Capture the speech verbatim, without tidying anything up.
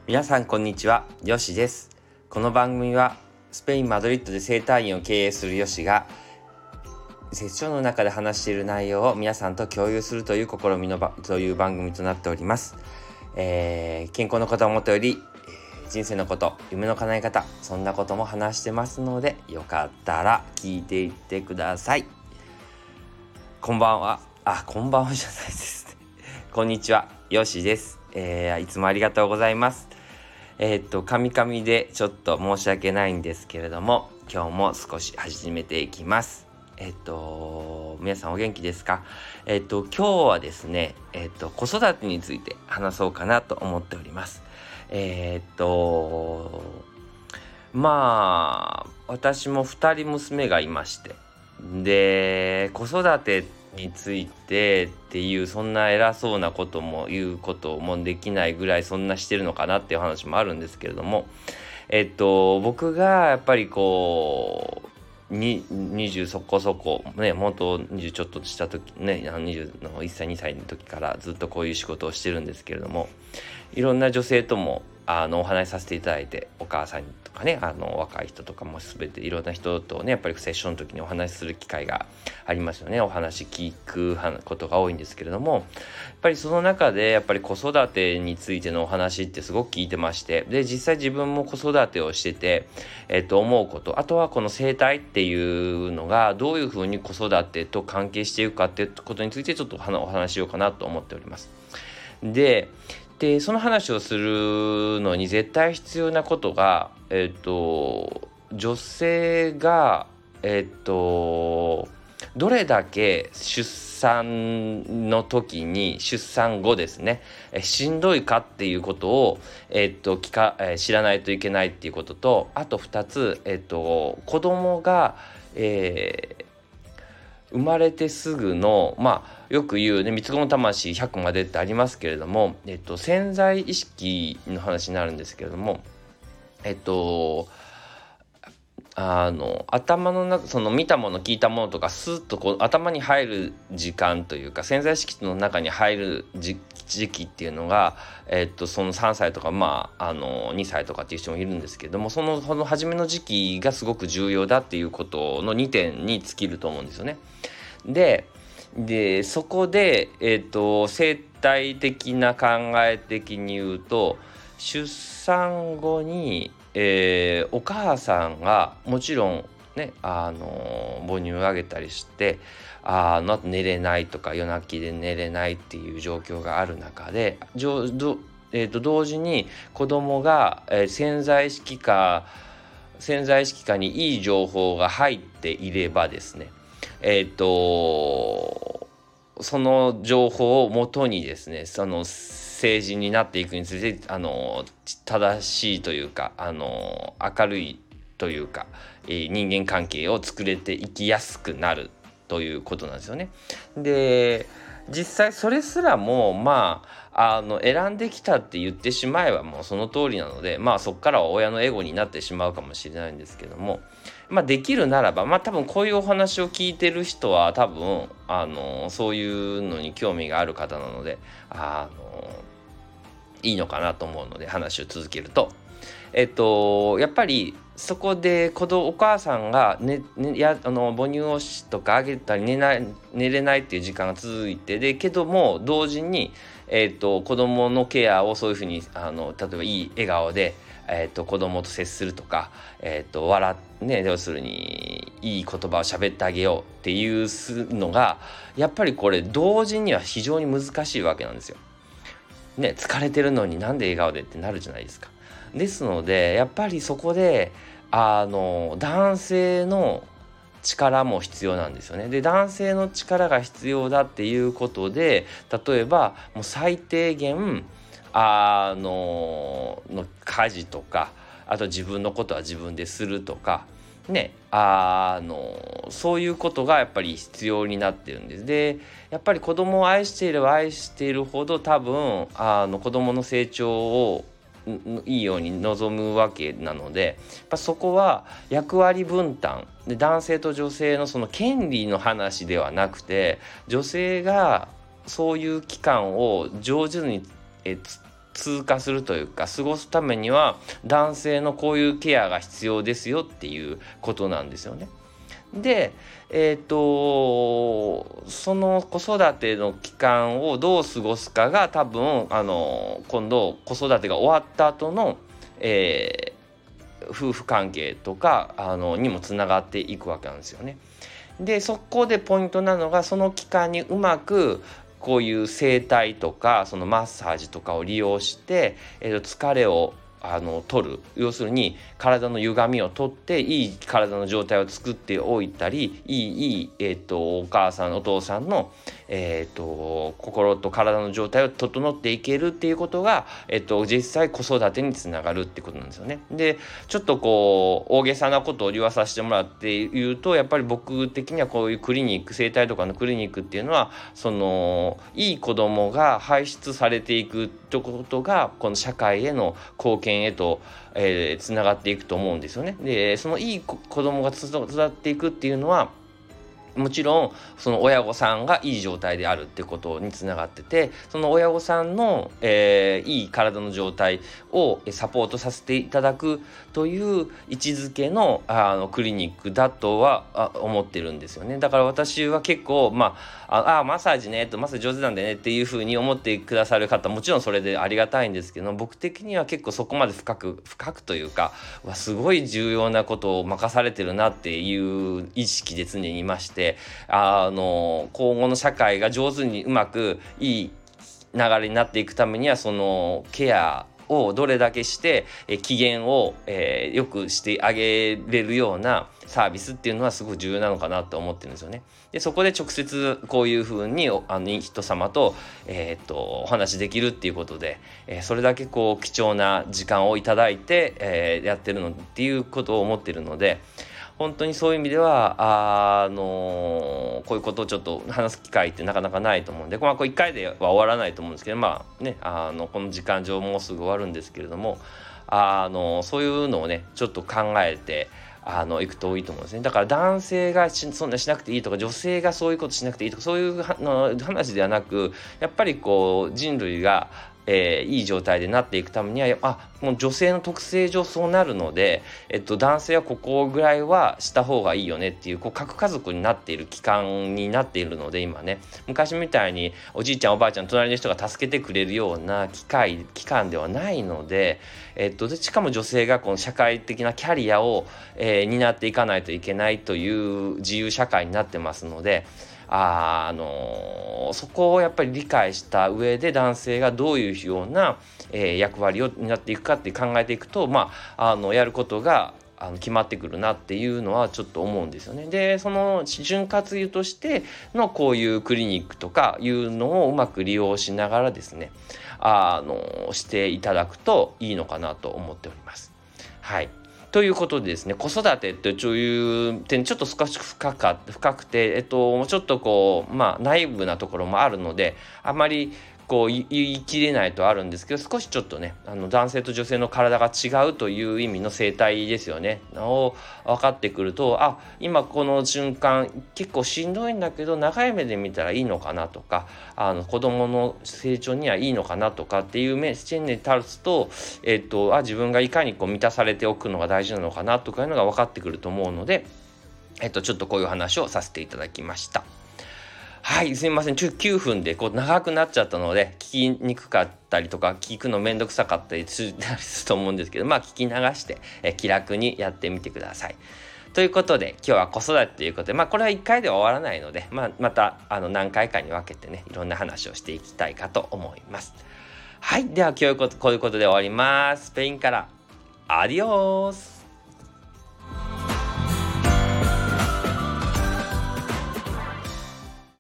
皆さんこんにちは、よしです。この番組はスペイン・マドリッドで整体院を経営するよしがセッションの中で話している内容を皆さんと共有するという試みのばという番組となっております。えー、健康のことをもとより、えー、人生のこと、夢の叶え方、そんなことも話してますので、よかったら聞いていってください。こんばんは。あ、こんばんはじゃないですね。こんにちは、よしです。えー、いつもありがとうございます。えー、っとカミカミでちょっと申し訳ないんですけれども、今日も少し始めていきます。えー、っと皆さんお元気ですか？えー、っと今日はですね、えー、っと子育てについて話そうかなと思っております。えー、っとまあ私もふたり娘がいまして、で子育てについてっていうそんな偉そうなことも言うこともできないぐらいそんなしてるのかなっていう話もあるんですけれども、えっと僕がやっぱりこうににじゅうそこそこね、もっとにじゅうちょっとした時ね、にじゅうのいっさいにさいの時からずっとこういう仕事をしてるんですけれども、いろんな女性ともあのお話しさせていただいて、お母さんとかね、あの若い人とかも全ていろんな人とね、やっぱりセッションの時にお話しする機会がありますよね。お話聞くことが多いんですけれども、やっぱりその中でやっぱり子育てについてのお話ってすごく聞いてまして、で実際自分も子育てをしてて、えっと思うこと、あとはこの生態っていうのがどういうふうに子育てと関係していくかっていうことについてちょっとお話ししようかなと思っております。ででその話をするのに絶対必要なことが、えっと女性がえっとどれだけ出産の時に出産後ですね、えしんどいかっていうことを、えっと聞か、え知らないといけないっていうことと、あとふたつ、えっと子供が、えー生まれてすぐの、まあよく言うね、三つ子の魂ひゃくまでってありますけれども、えっと潜在意識の話になるんですけれども、えっとあの頭の中、その見たもの聞いたものとかスッとこう頭に入る時間というか、潜在意識の中に入る時期っていうのが、えっとそのさんさいとか、まああのにさいとかっていう人もいるんですけども、そのその初めの時期がすごく重要だっていうことのにてんに尽きると思うんですよね。ででそこで、えーと、生態的な考え的に言うと、出産後に、えーお母さんがもちろんね、あの母乳をあげたりして、あの寝れないとか夜泣きで寝れないっていう状況がある中で、じょどえーと同時に子供が、えー潜在意識下潜在意識下にいい情報が入っていればですね、えっとその情報をもとにですね、その政治になっていくにつれて、あの正しいというか、あの明るいというか、えー人間関係を作れていきやすくなるということなんですよね。で実際それすらもまああの選んできたって言ってしまえばもうその通りなので、まあそこからは親のエゴになってしまうかもしれないんですけども、まあできるならば、まあ多分こういうお話を聞いてる人は多分あのそういうのに興味がある方なので、あのいいのかなと思うので話を続けると、えっとやっぱりそこで子供お母さんが、ねね、やあの母乳をしとかあげたり寝ない寝れないっていう時間が続いて、でけども同時に、えっと子供のケアをそういうふうに、あの例えばいい笑顔で、えっと子供と接するとか、えっと笑っね要するにいい言葉を喋ってあげようっていうのが、やっぱりこれ同時には非常に難しいわけなんですよ。ね、疲れてるのになんで笑顔でってなるじゃないですか。ですのでやっぱりそこであの男性の力も必要なんですよね。で男性の力が必要だっていうことで、例えばもう最低限あのの家事とか、あと自分のことは自分でするとかね、あのそういうことがやっぱり必要になってるんです。でやっぱり子供を愛していれば愛しているほど、多分あの子供の成長をいいように望むわけなので、やっぱそこは役割分担で、男性と女性のその権利の話ではなくて、女性がそういう期間を上手にえ通過するというか過ごすためには男性のこういうケアが必要ですよっていうことなんですよね。で、えーと、その子育ての期間をどう過ごすかが多分あの今度子育てが終わった後の、えー、夫婦関係とかあのにもつながっていくわけなんですよね。でそこでポイントなのがその期間にうまくこういう整体とかそのマッサージとかを利用して、えーと、疲れをあの取る、要するに体の歪みを取っていい体の状態を作っておいたり、いいいい、えー、とお母さんお父さんの、えー、と心と体の状態を整っていけるっていうことが、えー、と実際子育てにつながるってことなんですよね。でちょっとこう大げさなことを言わさせてもらって言うと、やっぱり僕的にはこういうクリニック、整体とかのクリニックっていうのはそのいい子供が輩出されていくってことがこの社会への貢献へと、えー、つながっていくと思うんですよね。でそのいい子供が育っていくっていうのはもちろんその親御さんがいい状態であるってことにつながってて、その親御さんの、えー、いい体の状態をサポートさせていただくという位置づけの、あのクリニックだとは思ってるんですよね。だから私は結構まあ、あマッサージねとマッサージ上手なんでねっていうふうに思ってくださる方もちろんそれでありがたいんですけど、僕的には結構そこまで深く深くというかわすごい重要なことを任されてるなっていう意識で常にいまして、あの今後の社会が上手にうまくいい流れになっていくためにはそのケアをどれだけしてえ機嫌を、えー、よくしてあげれるようなサービスっていうのはすごく重要なのかなと思ってるんですよね。でそこで直接こういうふうにあの人様と、えー、っとお話できるっていうことで、えー、それだけこう貴重な時間をいただいて、えー、やってるのっていうことを思ってるので、本当にそういう意味ではあのこういうことをちょっと話す機会ってなかなかないと思うんで、まあ、これいっかいでは終わらないと思うんですけど、まあね、あのこの時間上もうすぐ終わるんですけれども、あのそういうのをねちょっと考えてあの行くといいと思うんですね。だから男性がしそんなしなくていいとか女性がそういうことしなくていいとかそういうの話ではなく、やっぱりこう人類がえー、いい状態でなっていくためにはあもう女性の特性上そうなるので、えっと、男性はここぐらいはした方がいいよねっていう、こう核家族になっている期間になっているので、今ね昔みたいにおじいちゃんおばあちゃん隣の人が助けてくれるような機会期間ではないので、えっと、でしかも女性がこの社会的なキャリアを、えー、担っていかないといけないという自由社会になってますので、あ、あのー、そこをやっぱり理解した上で男性がどういうような、えー、役割を担っていくかって考えていくと、まあ、あのやることがあの決まってくるなっていうのはちょっと思うんですよね。でその潤滑油としてのこういうクリニックとかいうのをうまく利用しながらですね、あのしていただくといいのかなと思っております。はい、ということでですね、子育てっていう点ちょっと少し深か深くて、えっと、ちょっとこう、まあ、ナイーブなところもあるのであまりこう言い切れないとあるんですけど、少しちょっとねあの男性と女性の体が違うという意味の生態ですよねを分かってくると、あ今この瞬間結構しんどいんだけど長い目で見たらいいのかなとか、あの子供の成長にはいいのかなとかっていう目線に立つと、えっと、あ自分がいかにこう満たされておくのが大事なのかなとかいうのが分かってくると思うので、えっと、ちょっとこういう話をさせていただきました。はい、すみません。ちょきゅうふんでこう長くなっちゃったので聞きにくかったりとか聞くのめんどくさかったりすると思うんですけど、まあ聞き流してえ気楽にやってみてください。ということで今日は子育てということで、まあこれはいっかいでは終わらないので、まあ、またあの何回かに分けてねいろんな話をしていきたいかと思います。はい、では今日こういうことで終わります。スペインからアディオース。